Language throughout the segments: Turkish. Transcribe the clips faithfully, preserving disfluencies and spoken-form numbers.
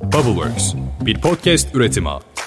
Bubbleworks, bir podcast üretimi.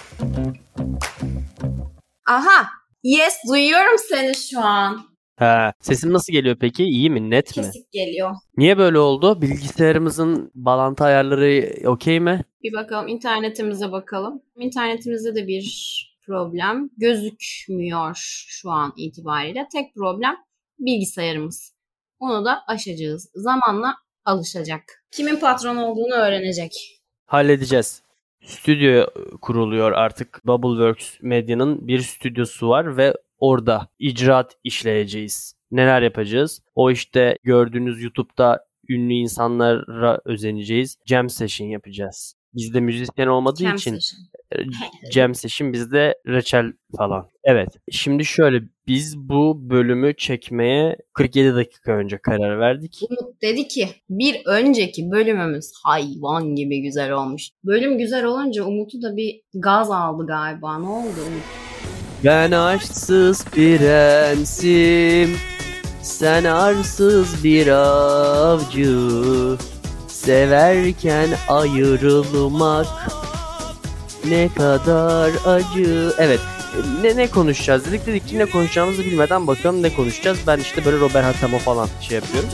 Aha, yes, duyuyorum seni şu an. Ha, sesim nasıl geliyor peki? İyi mi? Net Kesik mi? Kesik geliyor. Niye böyle oldu? Bilgisayarımızın bağlantı ayarları okey mi? Bir bakalım, internetimize bakalım. İnternetimizde de bir problem gözükmüyor şu an itibariyle. Tek problem bilgisayarımız. Onu da aşacağız. Zamanla alışacak. Kimin patron olduğunu öğrenecek. Halledeceğiz. Stüdyo kuruluyor artık. Bubbleworks Medya'nın bir stüdyosu var ve orada icraat işleyeceğiz. Neler yapacağız? O işte gördüğünüz YouTube'da ünlü insanlara özeneceğiz. Jam session yapacağız. Bizde müzisyen olmadığı Jam için session. Jam session bizde reçel falan. Evet. Şimdi şöyle, biz bu bölümü çekmeye kırk yedi dakika önce karar verdik. Umut dedi ki bir önceki bölümümüz hayvan gibi güzel olmuş. Bölüm güzel olunca Umut'u da bir gaz aldı galiba. Ne oldu Umut? Ben aşksız prensim, sen arsız bir avcı, severken ayrılmak ne kadar acı. Evet, ne ne konuşacağız dedik dedik ki ne konuşacağımızı bilmeden bakalım ne konuşacağız. Ben işte böyle Robert Hatamo falan şey yapıyorum.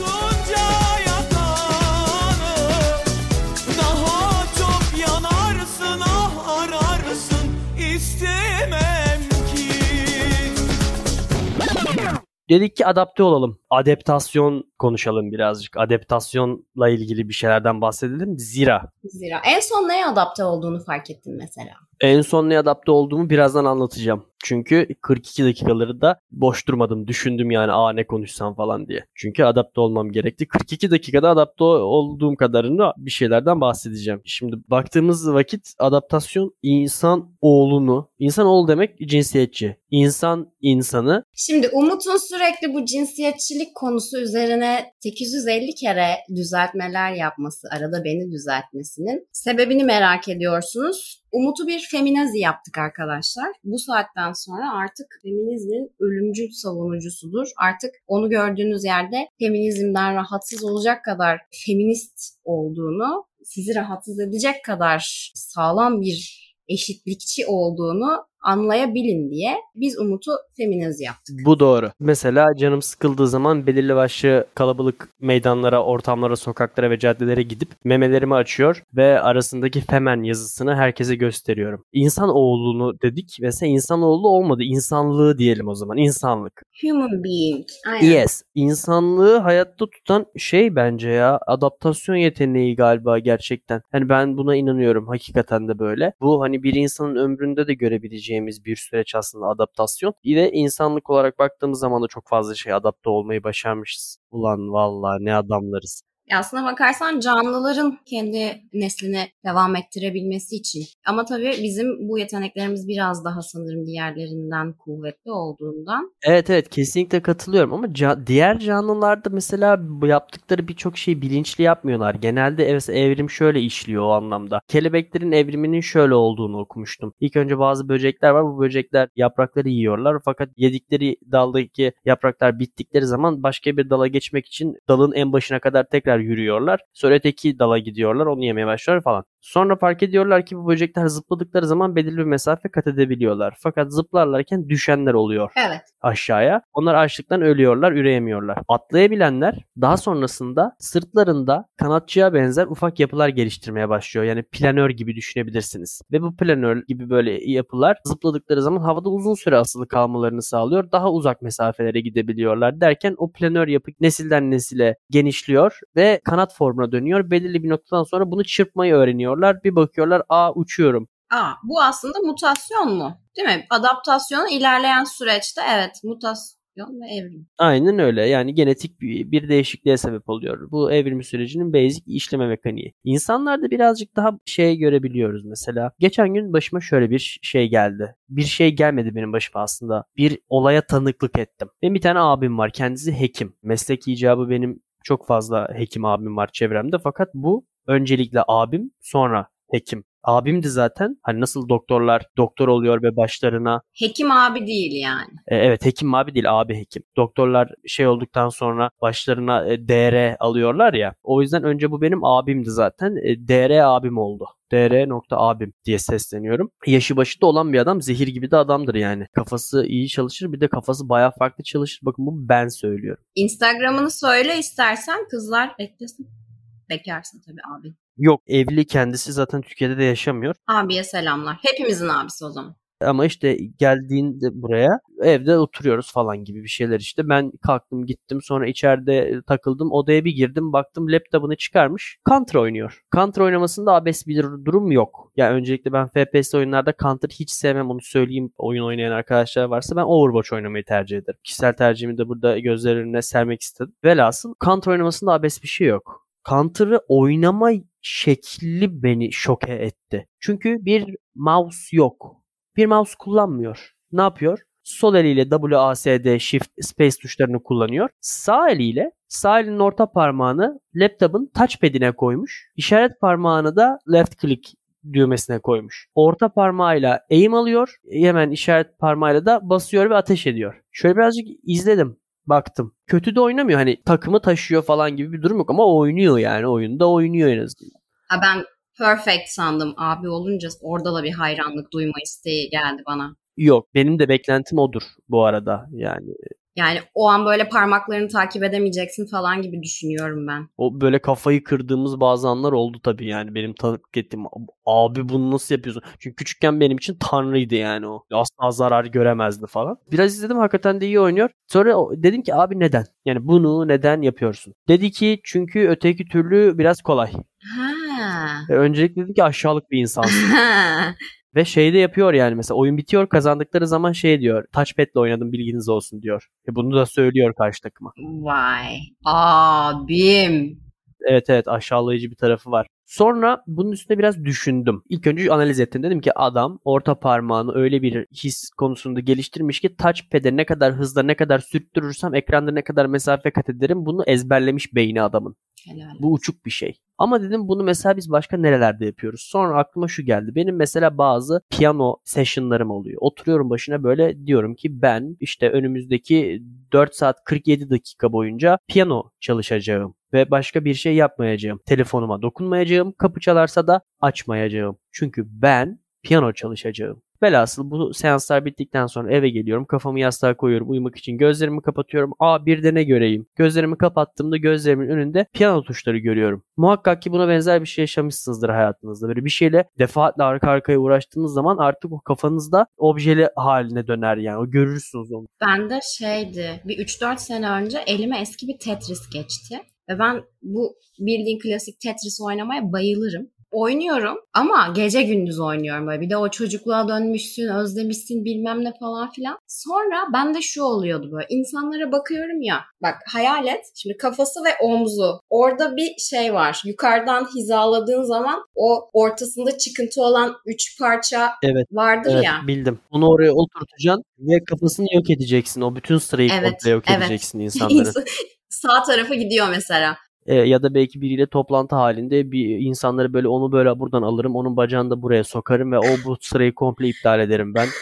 Dedik ki adapte olalım. Adaptasyon konuşalım birazcık. Adaptasyonla ilgili bir şeylerden bahsedelim. Zira. Zira. En son neye adapte olduğunu fark ettin mesela? En son neye adapte olduğumu birazdan anlatacağım. Çünkü kırk iki dakikaları da boş durmadım. Düşündüm yani aa ne konuşsam falan diye. Çünkü adapte olmam gerekti. kırk iki dakikada adapte olduğum kadarını bir şeylerden bahsedeceğim. Şimdi baktığımız vakit adaptasyon insan oğlunu, insan oğlu demek cinsiyetçi. İnsan insanı. Şimdi Umut'un sürekli bu cinsiyetçilik konusu üzerine sekiz yüz elli kere düzeltmeler yapması, arada beni düzeltmesinin sebebini merak ediyorsunuz. Umut'u bir feminazi yaptık arkadaşlar. Bu saatten sonra artık feminizmin ölümcül savunucusudur. Artık onu gördüğünüz yerde feminizmden rahatsız olacak kadar feminist olduğunu, sizi rahatsız edecek kadar sağlam bir eşitlikçi olduğunu anlayabilin diye biz Umut'u feminazi yaptık. Bu doğru. Mesela canım sıkıldığı zaman belirli başlı kalabalık meydanlara, ortamlara, sokaklara ve caddelere gidip memelerimi açıyor ve arasındaki femen yazısını herkese gösteriyorum. İnsan oğlunu dedik. Mesela insan oğlu olmadı. İnsanlığı diyelim o zaman. İnsanlık. Human being. Aynen. Yes. İnsanlığı hayatta tutan şey bence ya. Adaptasyon yeteneği galiba gerçekten. Hani ben buna inanıyorum. Hakikaten de böyle. Bu hani bir insanın ömründe de görebileceğimiz bir süreç aslında adaptasyon. Bir de insanlık olarak baktığımız zaman da çok fazla şey adapte olmayı başarmışız. Ulan vallahi ne adamlarız. Aslına bakarsan canlıların kendi neslini devam ettirebilmesi için. Ama tabii bizim bu yeteneklerimiz biraz daha sanırım diğerlerinden kuvvetli olduğundan. Evet evet kesinlikle katılıyorum ama ca- diğer canlılarda mesela bu yaptıkları birçok şeyi bilinçli yapmıyorlar. Genelde evet, evrim şöyle işliyor o anlamda. Kelebeklerin evriminin şöyle olduğunu okumuştum. İlk önce bazı böcekler var. Bu böcekler yaprakları yiyorlar fakat yedikleri daldaki yapraklar bittikleri zaman başka bir dala geçmek için dalın en başına kadar tekrar yürüyorlar. Sonra öteki dala gidiyorlar. Onu yemeye başlıyorlar falan. Sonra fark ediyorlar ki bu böcekler zıpladıkları zaman belirli bir mesafe kat edebiliyorlar. Fakat zıplarlarken düşenler oluyor. Evet. Aşağıya. Onlar açlıktan ölüyorlar, üreyemiyorlar. Atlayabilenler daha sonrasında sırtlarında kanatçıya benzer ufak yapılar geliştirmeye başlıyor. Yani planör gibi düşünebilirsiniz. Ve bu planör gibi böyle yapılar zıpladıkları zaman havada uzun süre asılı kalmalarını sağlıyor. Daha uzak mesafelere gidebiliyorlar derken o planör yapı nesilden nesile genişliyor ve kanat formuna dönüyor. Belirli bir noktadan sonra bunu çırpmayı öğreniyorlar. Bir bakıyorlar, aa uçuyorum. Aa, bu aslında mutasyon mu? Değil mi? Adaptasyonun ilerleyen süreçte evet mutasyon ve evrim. Aynen öyle. Yani genetik bir, bir değişikliğe sebep oluyor. Bu evrim sürecinin basic işleme mekaniği. İnsanlarda birazcık daha şey görebiliyoruz mesela. Geçen gün başıma şöyle bir şey geldi. Bir şey gelmedi benim başıma aslında. Bir olaya tanıklık ettim. Benim bir tane abim var. Kendisi hekim. Meslek icabı benim çok fazla hekim abim var çevremde. Fakat bu öncelikle abim, sonra hekim. Abimdi zaten. Hani nasıl doktorlar doktor oluyor ve başlarına... Hekim abi değil yani. E, evet hekim abi değil, abi hekim. Doktorlar şey olduktan sonra başlarına e, D R alıyorlar ya. O yüzden önce bu benim abimdi zaten. E, D R abim oldu. dr.abim diye sesleniyorum. Yaşı başı da olan bir adam, zehir gibi de adamdır yani. Kafası iyi çalışır, bir de kafası bayağı farklı çalışır. Bakın bu ben söylüyorum. Instagram'ını söyle istersen, kızlar eklesin. Bekarsın tabii abi. Yok, evli, kendisi zaten Türkiye'de de yaşamıyor. Abiye selamlar. Hepimizin abisi o zaman. Ama işte geldiğinde buraya evde oturuyoruz falan gibi bir şeyler işte. Ben kalktım gittim, sonra içeride takıldım, odaya bir girdim, baktım laptopunu çıkarmış, Counter oynuyor. Counter oynamasında abes bir durum yok. Yani öncelikle ben F P S oyunlarda Counter hiç sevmem, onu söyleyeyim, oyun oynayan arkadaşlar varsa. Ben Overwatch oynamayı tercih ederim. Kişisel tercihimi de burada gözler önüne sermek istedim. Velhasıl Counter oynamasında abes bir şey yok. Counter'ı oynama şekli beni şoke etti. Çünkü bir mouse yok. Bir mouse kullanmıyor. Ne yapıyor? Sol eliyle W A S D, Shift, Space tuşlarını kullanıyor. Sağ eliyle sağ elinin orta parmağını laptopun touchpad'ine koymuş. İşaret parmağını da left click düğmesine koymuş. Orta parmağıyla aim alıyor. Hemen işaret parmağıyla da basıyor ve ateş ediyor. Şöyle birazcık izledim. Baktım. Kötü de oynamıyor. Hani takımı taşıyor falan gibi bir durum yok ama oynuyor yani. Oyunda oynuyor en azından. Ha, ben perfect sandım abi olunca, orada da bir hayranlık duyma isteği geldi bana. Yok, benim de beklentim odur bu arada yani. Yani o an böyle parmaklarını takip edemeyeceksin falan gibi düşünüyorum ben. O böyle kafayı kırdığımız bazı anlar oldu tabii yani, benim tanıklık ettiğim, abi bunu nasıl yapıyorsun? Çünkü küçükken benim için tanrıydı yani o. Asla zarar göremezdi falan. Biraz izledim, hakikaten de iyi oynuyor. Sonra dedim ki abi neden? Yani bunu neden yapıyorsun? Dedi ki çünkü öteki türlü biraz kolay. Ha. Öncelikle dedi ki aşağılık bir insansın. Ve şey de yapıyor yani, mesela oyun bitiyor, kazandıkları zaman şey diyor, touchpad'le oynadım bilginiz olsun diyor. E bunu da söylüyor karşı takıma. Vay abim. Evet evet, aşağılayıcı bir tarafı var. Sonra bunun üstüne biraz düşündüm. İlk önce analiz ettim. Dedim ki adam orta parmağını öyle bir his konusunda geliştirmiş ki touchpad'e ne kadar hızla ne kadar sürttürürsem ekranda ne kadar mesafe kat ederim, bunu ezberlemiş beyni adamın. Helal. Bu uçuk bir şey. Ama dedim bunu mesela biz başka nerelerde yapıyoruz? Sonra aklıma şu geldi. Benim mesela bazı piyano session'larım oluyor. Oturuyorum başına, böyle diyorum ki ben işte önümüzdeki dört saat kırk yedi dakika boyunca piyano çalışacağım. Ve başka bir şey yapmayacağım. Telefonuma dokunmayacağım. Kapı çalarsa da açmayacağım. Çünkü ben piyano çalışacağım. Velhasıl bu seanslar bittikten sonra eve geliyorum. Kafamı yastığa koyuyorum. Uyumak için gözlerimi kapatıyorum. Aa bir de ne göreyim? Gözlerimi kapattığımda gözlerimin önünde piyano tuşları görüyorum. Muhakkak ki buna benzer bir şey yaşamışsınızdır hayatınızda. Böyle bir şeyle defaatle arka arkaya uğraştığınız zaman artık o kafanızda objeli haline döner yani. O görürsünüz onu. Ben de şeydi, bir üç dört sene önce elime eski bir Tetris geçti. Ve ben bu bildiğin klasik Tetris oynamaya bayılırım. Oynuyorum ama gece gündüz oynuyorum böyle. Bir de o çocukluğa dönmüşsün, özlemişsin bilmem ne falan filan. Sonra bende şu oluyordu böyle. İnsanlara bakıyorum ya. Bak hayal et. Şimdi kafası ve omzu. Orada bir şey var. Yukarıdan hizaladığın zaman o ortasında çıkıntı olan üç parça evet, vardır evet, ya. bildim. Onu oraya oturtacaksın ve kafasını yok edeceksin. O bütün sırayı Evet, komple yok evet. edeceksin insanların. Sağ tarafı gidiyor mesela. E, ya da belki biriyle toplantı halinde bir insanları böyle, onu böyle buradan alırım, onun bacağını da buraya sokarım ve o bu sırayı komple iptal ederim ben.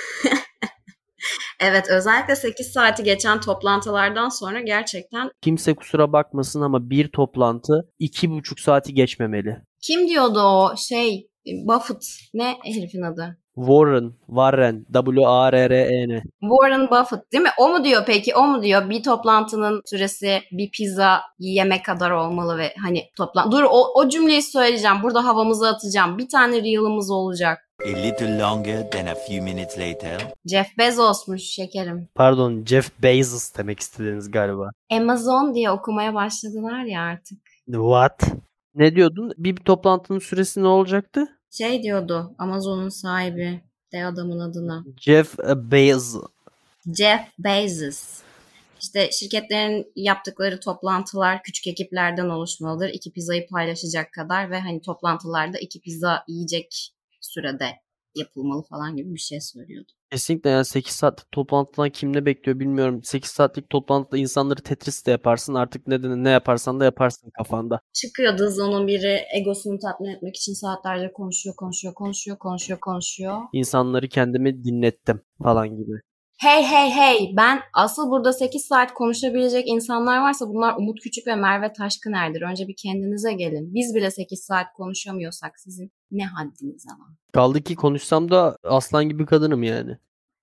Evet, özellikle sekiz saati geçen toplantılardan sonra gerçekten. Kimse kusura bakmasın ama bir toplantı iki buçuk saati geçmemeli. Kim diyordu o şey, Buffett, ne herifin adı? Warren, Warren, W A R R E N. Warren Buffett değil mi? O mu diyor peki? O mu diyor bir toplantının süresi bir pizza yeme kadar olmalı ve hani toplan. Dur o, o cümleyi söyleyeceğim. Burada havamızı atacağım. Bir tane reel'ımız olacak. A little longer than a few minutes later. Jeff Bezos'muş şekerim. Pardon, Jeff Bezos demek istediniz galiba. Amazon diye okumaya başladılar ya artık. What? Ne diyordun? Bir, bir toplantının süresi ne olacaktı? Şey diyordu, Amazon'un sahibi de adamın adına. Jeff Bezos. Jeff Bezos. İşte şirketlerin yaptıkları toplantılar küçük ekiplerden oluşmalıdır. İki pizzayı paylaşacak kadar ve hani toplantılarda iki pizza yiyecek sürede yapılmalı falan gibi bir şey söylüyordu. Kesinlikle, yani sekiz saatlik toplantıdan kim ne bekliyor bilmiyorum. sekiz saatlik toplantıda insanları Tetris de yaparsın, artık ne, ne yaparsan da yaparsın kafanda. Çıkıyordu Zon'un biri egosunu tatmin etmek için saatlerce konuşuyor, konuşuyor, konuşuyor, konuşuyor, konuşuyor. İnsanları kendimi dinlettim falan gibi. Hey hey hey, ben asıl burada sekiz saat konuşabilecek insanlar varsa bunlar Umut Küçük ve Merve Taşkıner'dir. Önce bir kendinize gelin. Biz bile sekiz saat konuşamıyorsak sizin ne haddinize var? Kaldı ki konuşsam da aslan gibi kadınım yani.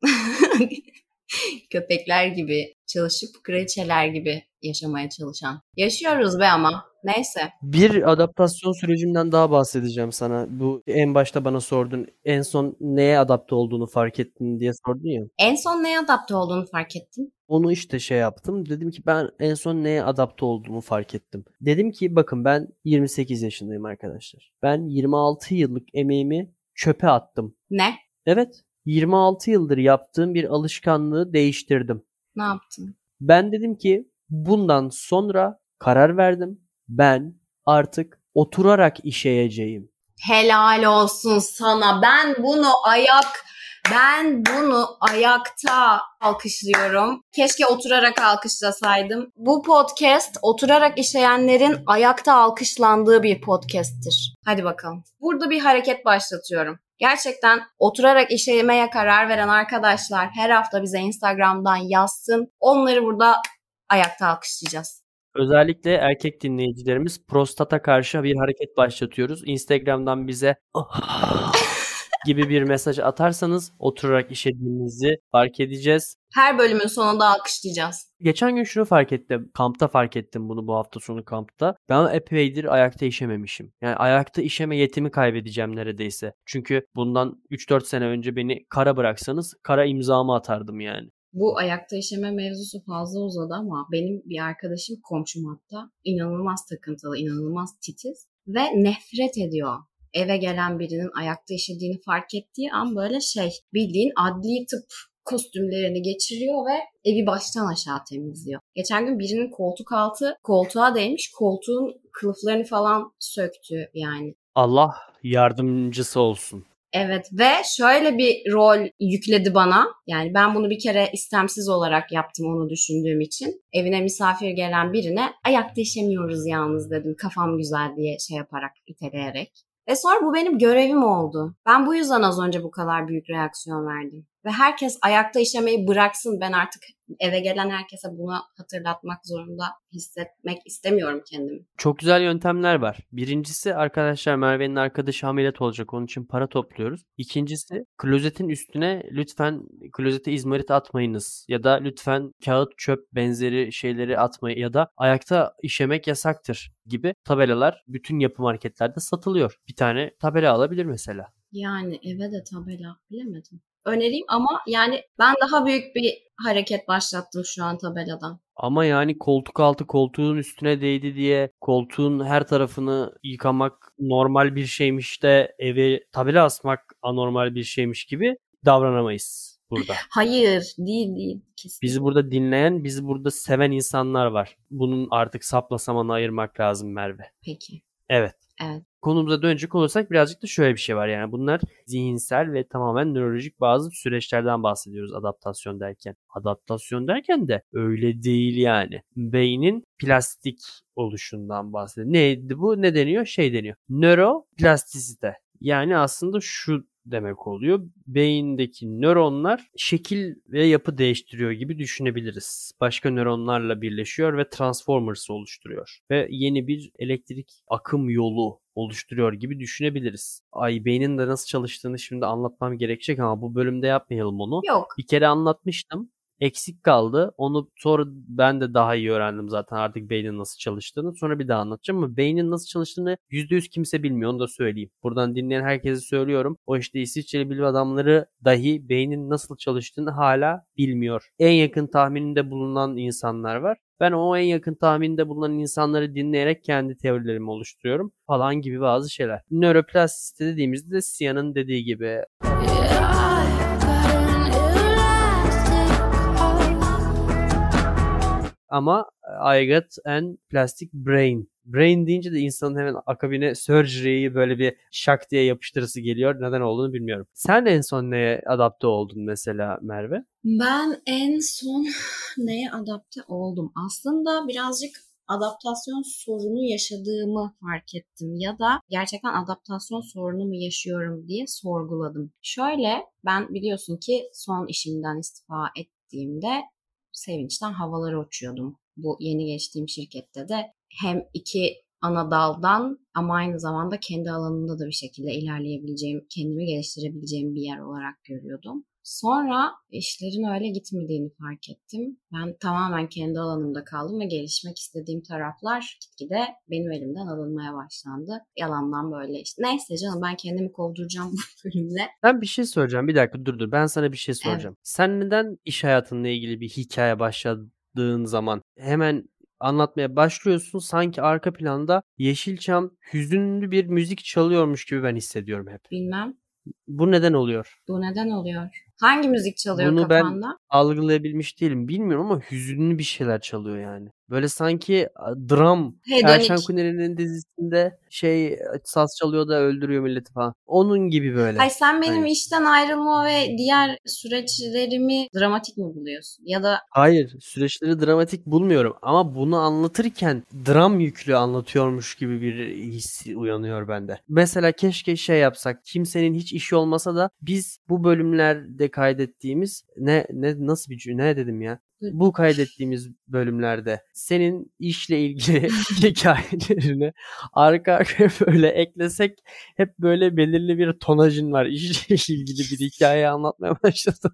Köpekler gibi çalışıp kraliçeler gibi yaşamaya çalışan. Yaşıyoruz be ama. Neyse. Bir adaptasyon sürecimden daha bahsedeceğim sana. Bu en başta bana sordun. En son neye adapte olduğunu fark ettin diye sordun ya. En son neye adapte olduğunu fark ettin? Onu işte şey yaptım. Dedim ki ben en son neye adapte olduğumu fark ettim. Dedim ki bakın ben yirmi sekiz yaşındayım arkadaşlar. Ben yirmi altı yıllık emeğimi çöpe attım. Ne? Evet. yirmi altı yıldır yaptığım bir alışkanlığı değiştirdim. Ne yaptın? Ben dedim ki bundan sonra karar verdim. Ben artık oturarak işeyeceğim. Helal olsun sana. Ben bunu ayak, ben bunu ayakta alkışlıyorum. Keşke oturarak alkışlasaydım. Bu podcast oturarak işleyenlerin ayakta alkışlandığı bir podcast'tir. Hadi bakalım. Burada bir hareket başlatıyorum. Gerçekten oturarak işlemeye karar veren arkadaşlar her hafta bize Instagram'dan yazsın. Onları burada ayakta alkışlayacağız. Özellikle erkek dinleyicilerimiz prostata karşı bir hareket başlatıyoruz. Instagram'dan bize gibi bir mesaj atarsanız oturarak işlediğinizi fark edeceğiz. Her bölümün sonunda alkışlayacağız. Geçen gün şunu fark ettim. Kampta fark ettim bunu bu hafta sonu kampta. Ben epeydir ayakta işememişim. Yani ayakta işeme yetimi kaybedeceğim neredeyse. Çünkü bundan üç dört sene önce beni kara bıraksanız kara imzamı atardım yani. Bu ayakta işeme mevzusu fazla uzadı ama benim bir arkadaşım, komşum hatta, inanılmaz takıntılı, inanılmaz titiz ve nefret ediyor. Eve gelen birinin ayakta işediğini fark ettiği an böyle şey, bildiğin adli tıp kostümlerini geçiriyor ve evi baştan aşağı temizliyor. Geçen gün birinin koltuk altı koltuğa değmiş, koltuğun kılıflarını falan söktü yani. Allah yardımcısı olsun. Evet ve şöyle bir rol yükledi bana. Yani ben bunu bir kere istemsiz olarak yaptım onu düşündüğüm için. Evine misafir gelen birine ayakta işemiyoruz yalnız dedim. Kafam güzel diye şey yaparak, iteleyerek. Ve sonra bu benim görevim oldu. Ben bu yüzden az önce bu kadar büyük reaksiyon verdim. Ve herkes ayakta işemeyi bıraksın. Ben artık eve gelen herkese bunu hatırlatmak zorunda hissetmek istemiyorum kendimi. Çok güzel yöntemler var. Birincisi arkadaşlar Merve'nin arkadaşı ameliyat olacak. Onun için para topluyoruz. İkincisi klozetin üstüne lütfen klozete izmarit atmayınız. Ya da lütfen kağıt, çöp benzeri şeyleri atmayın. Ya da ayakta işemek yasaktır gibi tabelalar bütün yapı marketlerde satılıyor. Bir tane tabela alabilir mesela. Yani eve de tabela bilemedim. Önereyim ama yani ben daha büyük bir hareket başlattım şu an tabeladan. Ama yani koltuk altı koltuğun üstüne değdi diye koltuğun her tarafını yıkamak normal bir şeymiş de eve tabela asmak anormal bir şeymiş gibi davranamayız burada. Hayır, değil değil. Kesinlikle. Bizi burada dinleyen, bizi burada seven insanlar var. Bunun artık sapla samanı ayırmak lazım Merve. Peki. Evet. Evet. Konumuza dönecek olursak birazcık da şöyle bir şey var yani bunlar zihinsel ve tamamen nörolojik bazı süreçlerden bahsediyoruz adaptasyon derken. Adaptasyon derken de öyle değil yani. Beynin plastik oluşundan bahsediyor. Neydi bu? Ne deniyor? Şey deniyor. Nöroplastisite. Yani aslında şu demek oluyor. Beyindeki nöronlar şekil ve yapı değiştiriyor gibi düşünebiliriz. Başka nöronlarla birleşiyor ve transformers oluşturuyor. Ve yeni bir elektrik akım yolu oluşturuyor gibi düşünebiliriz. Ay beynin de nasıl çalıştığını şimdi anlatmam gerekecek ama bu bölümde yapmayalım onu. Yok. Bir kere anlatmıştım. Eksik kaldı. Onu sonra ben de daha iyi öğrendim zaten artık beynin nasıl çalıştığını. Sonra bir daha anlatacağım ama beynin nasıl çalıştığını yüzde yüz kimse bilmiyor. Onu da söyleyeyim. Buradan dinleyen herkese söylüyorum. O işte İsviçreli bilim adamları dahi beynin nasıl çalıştığını hala bilmiyor. En yakın tahmininde bulunan insanlar var. Ben o en yakın tahminde bulunan insanları dinleyerek kendi teorilerimi oluşturuyorum falan gibi bazı şeyler. Nöroplastisite dediğimizde de Sia'nın dediği gibi. Ama I got an plastic brain. Brain deyince de insanın hemen akabine surgery'yi böyle bir şak diye yapıştırısı geliyor. Neden olduğunu bilmiyorum. Sen en son neye adapte oldun mesela Merve? Ben en son neye adapte oldum? Aslında birazcık adaptasyon sorunu yaşadığımı fark ettim ya da gerçekten adaptasyon sorunu mu yaşıyorum diye sorguladım. Şöyle, ben biliyorsun ki son işimden istifa ettiğimde sevinçten havalara uçuyordum. Bu yeni geçtiğim şirkette de hem iki ana daldan ama aynı zamanda kendi alanımda da bir şekilde ilerleyebileceğim, kendimi geliştirebileceğim bir yer olarak görüyordum. Sonra işlerin öyle gitmediğini fark ettim. Ben tamamen kendi alanımda kaldım ve gelişmek istediğim taraflar gitgide benim elimden alınmaya başlandı. Yalandan böyle işte. Neyse canım, ben kendimi kovduracağım bu bölümle. Ben bir şey soracağım. Bir dakika dur dur. Ben sana bir şey soracağım. Evet. Sen neden iş hayatınla ilgili bir hikaye başladığın zaman hemen anlatmaya başlıyorsun, sanki arka planda Yeşilçam hüzünlü bir müzik çalıyormuş gibi ben hissediyorum hep. Bilmem. Bu neden oluyor? Bu neden oluyor? Hangi müzik çalıyor Bunu kafanda? ben algılayabilmiş değilim. Bilmiyorum ama hüzünlü bir şeyler çalıyor yani. Böyle sanki dram. Erşen Hedonik. Kuneri'nin dizisinde şey saz çalıyor da öldürüyor milleti falan. Onun gibi böyle. Ay sen benim Hani- işten ayrılma ve diğer süreçlerimi dramatik mi buluyorsun? Ya da Hayır, süreçleri dramatik bulmuyorum ama bunu anlatırken dram yüklü anlatıyormuş gibi bir his uyanıyor bende. Mesela keşke şey yapsak, kimsenin hiç işi olmasa da biz bu bölümlerde kaydettiğimiz ne ne nasıl bir cümle ne dedim ya? Bu kaydettiğimiz bölümlerde senin işle ilgili hikayelerini arka arkaya böyle eklesek, hep böyle belirli bir tonajın var. İşle ilgili bir hikaye anlatmaya başladım.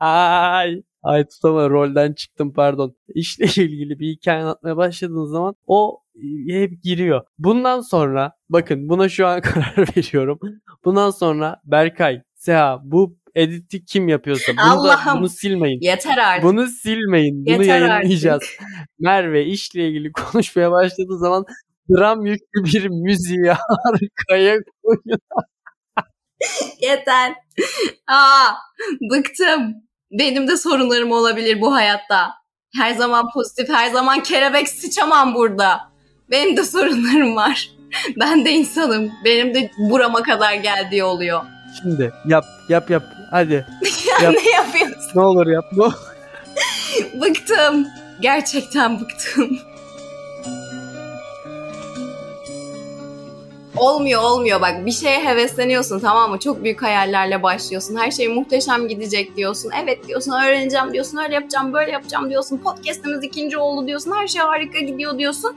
Ay, ay tutamadım, rolden çıktım, pardon. İşle ilgili bir hikaye anlatmaya başladığın zaman o hep giriyor. Bundan sonra bakın, buna şu an karar veriyorum. Bundan sonra Berkay, Seha, bu editi kim yapıyorsa bunu da Allah'ım, bunu silmeyin. yeter artık. Bunu silmeyin. Bunu Yeter yayınlayacağız. artık. Merve işle ilgili konuşmaya başladığı zaman dram yüklü bir müziği arkaya koyun. Yeter. Aa, bıktım. Benim de sorunlarım olabilir bu hayatta. Her zaman pozitif, her zaman kelebek sıçamam burada. Benim de sorunlarım var. Ben de insanım. Benim de burama kadar geldiği oluyor. Şimdi yap yap yap. Hadi. Ya Yap. ne yapıyorsun? Ne olur yap. Ne olur. Bıktım. Gerçekten bıktım. Olmuyor olmuyor bak, bir şeye hevesleniyorsun, tamam mı? Çok büyük hayallerle başlıyorsun. Her şey muhteşem gidecek diyorsun. Evet diyorsun, öğreneceğim diyorsun, öyle yapacağım, böyle yapacağım diyorsun. Podcast'imiz ikinci oldu diyorsun. Her şey harika gidiyor diyorsun.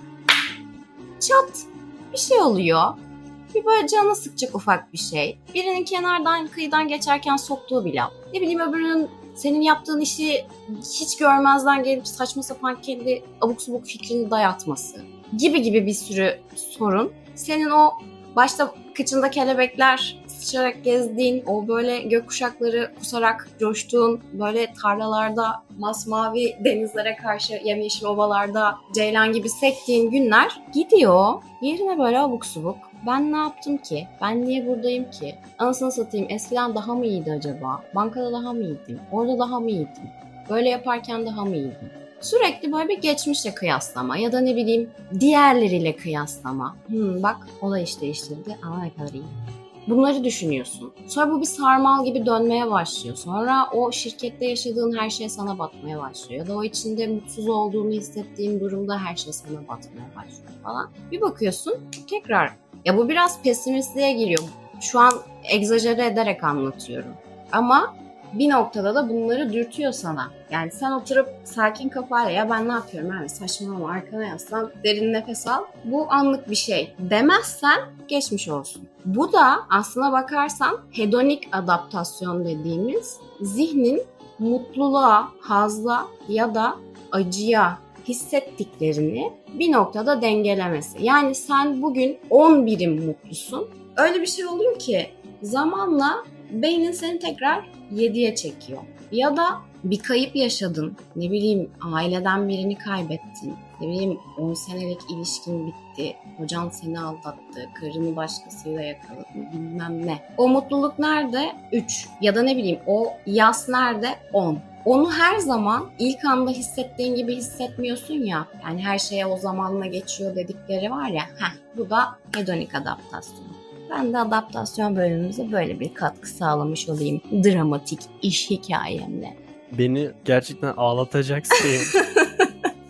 Çat, bir şey oluyor. Bir böyle canı sıkacak ufak bir şey. Birinin kenardan kıyıdan geçerken soktuğu bir laf. Ne bileyim, öbürünün senin yaptığın işi hiç görmezden gelip saçma sapan kendi abuk subuk fikrini dayatması gibi gibi bir sürü sorun. Senin o başta kıçında kelebekler sıçrayarak gezdiğin, o böyle gökkuşakları kusarak coştuğun, böyle tarlalarda masmavi denizlere karşı yemyeşil ovalarda ceylan gibi sektiğin günler gidiyor. Yerine böyle abuk subuk. Ben ne yaptım ki? Ben niye buradayım ki? Anasını satayım, eskiden daha mı iyiydi acaba? Bankada daha mı iyiydim? Orada daha mı iyiydim? Böyle yaparken daha mı iyiydim? Sürekli böyle bir geçmişle kıyaslama ya da ne bileyim diğerleriyle kıyaslama. Hmm, bak o da iş değiştirdi ama ne kadar iyi. Bunları düşünüyorsun. Sonra bu bir sarmal gibi dönmeye başlıyor. Sonra o şirkette yaşadığın her şey sana batmaya başlıyor. Ya da o içinde mutsuz olduğunu hissettiğin durumda her şey sana batmaya başlıyor falan. Bir bakıyorsun tekrar. Ya bu biraz pesimistliğe giriyor. Şu an egzajere ederek anlatıyorum. Ama bir noktada da bunları dürtüyor sana. Yani sen oturup sakin kafayla ya ben ne yapıyorum abi, saçmalama, arkana yaslan, derin nefes al. Bu anlık bir şey demezsen geçmiş olsun. Bu da aslına bakarsan hedonik adaptasyon dediğimiz zihnin mutluluğa, hazla ya da acıya hissettiklerini bir noktada dengelemesi. Yani sen bugün on birim mutlusun. Öyle bir şey oluyor ki zamanla beynin seni tekrar yediye çekiyor. Ya da bir kayıp yaşadın, ne bileyim aileden birini kaybettin, ne bileyim on senelik ilişkin bitti, hocan seni aldattı, karını başkasıyla yakaladı, bilmem ne. O mutluluk nerede? üç. Ya da ne bileyim o yas nerede? on. Onu her zaman ilk anda hissettiğin gibi hissetmiyorsun ya. Yani her şeye o zamanla geçiyor dedikleri var ya. Heh, bu da hedonik adaptasyon. Ben de adaptasyon bölümümüze böyle bir katkı sağlamış olayım. Dramatik iş hikayemle. Beni gerçekten ağlatacaksın.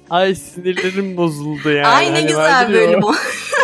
Ay sinirlerim bozuldu yani. Ay ne Hani güzel vardır ya bölüm o. o.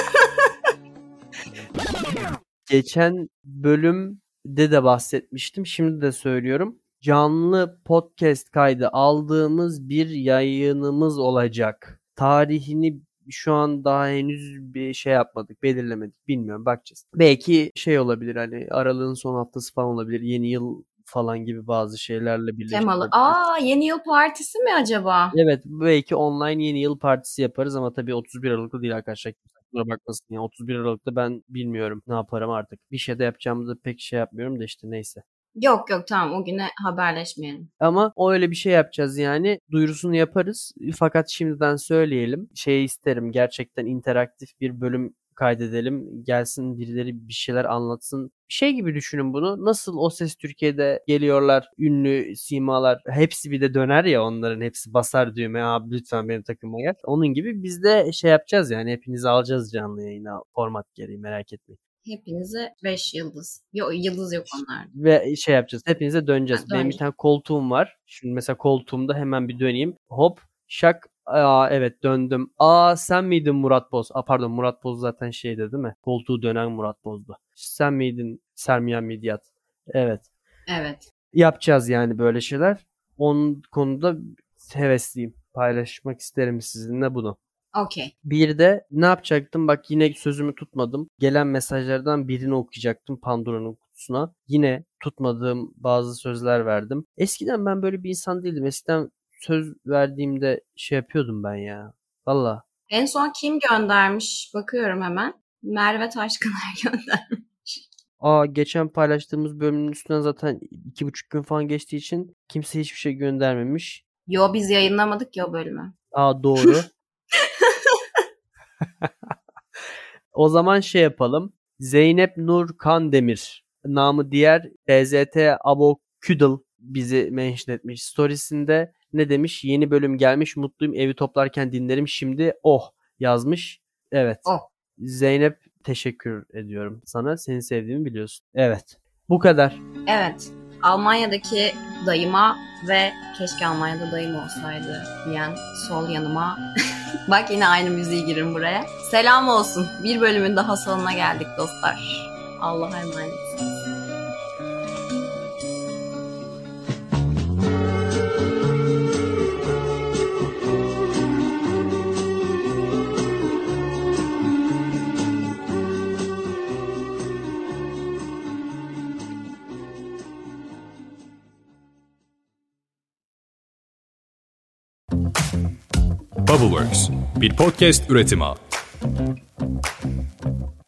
Geçen bölümde de bahsetmiştim. Şimdi de söylüyorum. Canlı podcast kaydı aldığımız bir yayınımız olacak. Tarihini şu an daha henüz bir şey yapmadık, belirlemedik. Bilmiyorum, bakacağız. Belki şey olabilir, hani aralığın son haftası falan olabilir. Yeni yıl falan gibi bazı şeylerle Temalı. birleştirebiliriz. Aa, yeni yıl partisi mi acaba? Evet, belki online yeni yıl partisi yaparız ama tabii otuz bir Aralık'ta değil arkadaşlar. Kusura bakmasın ya. otuz bir Aralık'ta ben bilmiyorum ne yaparım artık. Bir şey de yapacağımı pek şey yapmıyorum da işte neyse. Yok yok tamam, o güne haberleşmeyelim. Ama o öyle bir şey yapacağız yani. Duyurusunu yaparız. Fakat şimdiden söyleyelim. Şey isterim, gerçekten interaktif bir bölüm kaydedelim. Gelsin birileri bir şeyler anlatsın. Şey gibi düşünün bunu. Nasıl O Ses Türkiye'de geliyorlar, ünlü simalar. Hepsi bir de döner ya, onların hepsi basar düğme. Abi lütfen benim takıma gel. Onun gibi biz de şey yapacağız yani. Hepinizi alacağız canlı yayına. Format gereği, merak etmeyin. Hepinize beş yıldız. Yok, yıldız yok onlarda. Ve şey yapacağız. Hepinize döneceğiz. Ha, Benim bir döneceğiz. tane koltuğum var. Şimdi mesela koltuğumda hemen bir döneyim. Hop şak. Aa, evet döndüm. Aa, sen miydin Murat Boz? Aa, pardon, Murat Boz zaten şeydi değil mi? Koltuğu dönen Murat Boz'du. Sen miydin Sermiyan Midyat? Evet. Evet. Yapacağız yani böyle şeyler. Onun konuda hevesliyim. Paylaşmak isterim sizinle bunu. Okey. Bir de ne yapacaktım? Bak yine sözümü tutmadım. Gelen mesajlardan birini okuyacaktım Pandora'nın kutusuna. Yine tutmadığım bazı sözler verdim. Eskiden ben böyle bir insan değildim. Eskiden söz verdiğimde şey yapıyordum ben ya. Valla. En son kim göndermiş? Bakıyorum hemen. Merve Taşkıner göndermiş. Aa, geçen paylaştığımız bölümün üstünden zaten iki buçuk gün falan geçtiği için kimse hiçbir şey göndermemiş. Yo, biz yayınlamadık ya o bölümü. Aa, doğru. O zaman şey yapalım. Zeynep Nur Kandemir, namı diğer B Z T Aboküdül bizi mention etmiş. Storiesinde ne demiş? Yeni bölüm gelmiş, mutluyum, evi toplarken dinlerim şimdi, oh yazmış. Evet. Oh. Zeynep, teşekkür ediyorum sana. Seni sevdiğimi biliyorsun. Evet. Bu kadar. Evet. Almanya'daki dayıma ve keşke Almanya'da dayım olsaydı diyen sol yanıma. Bak yine aynı müziği girin buraya. Selam olsun. Bir bölümün daha sonuna geldik dostlar. Allah'a emanetsiniz. Bubbleworks, bir podcast üretimi.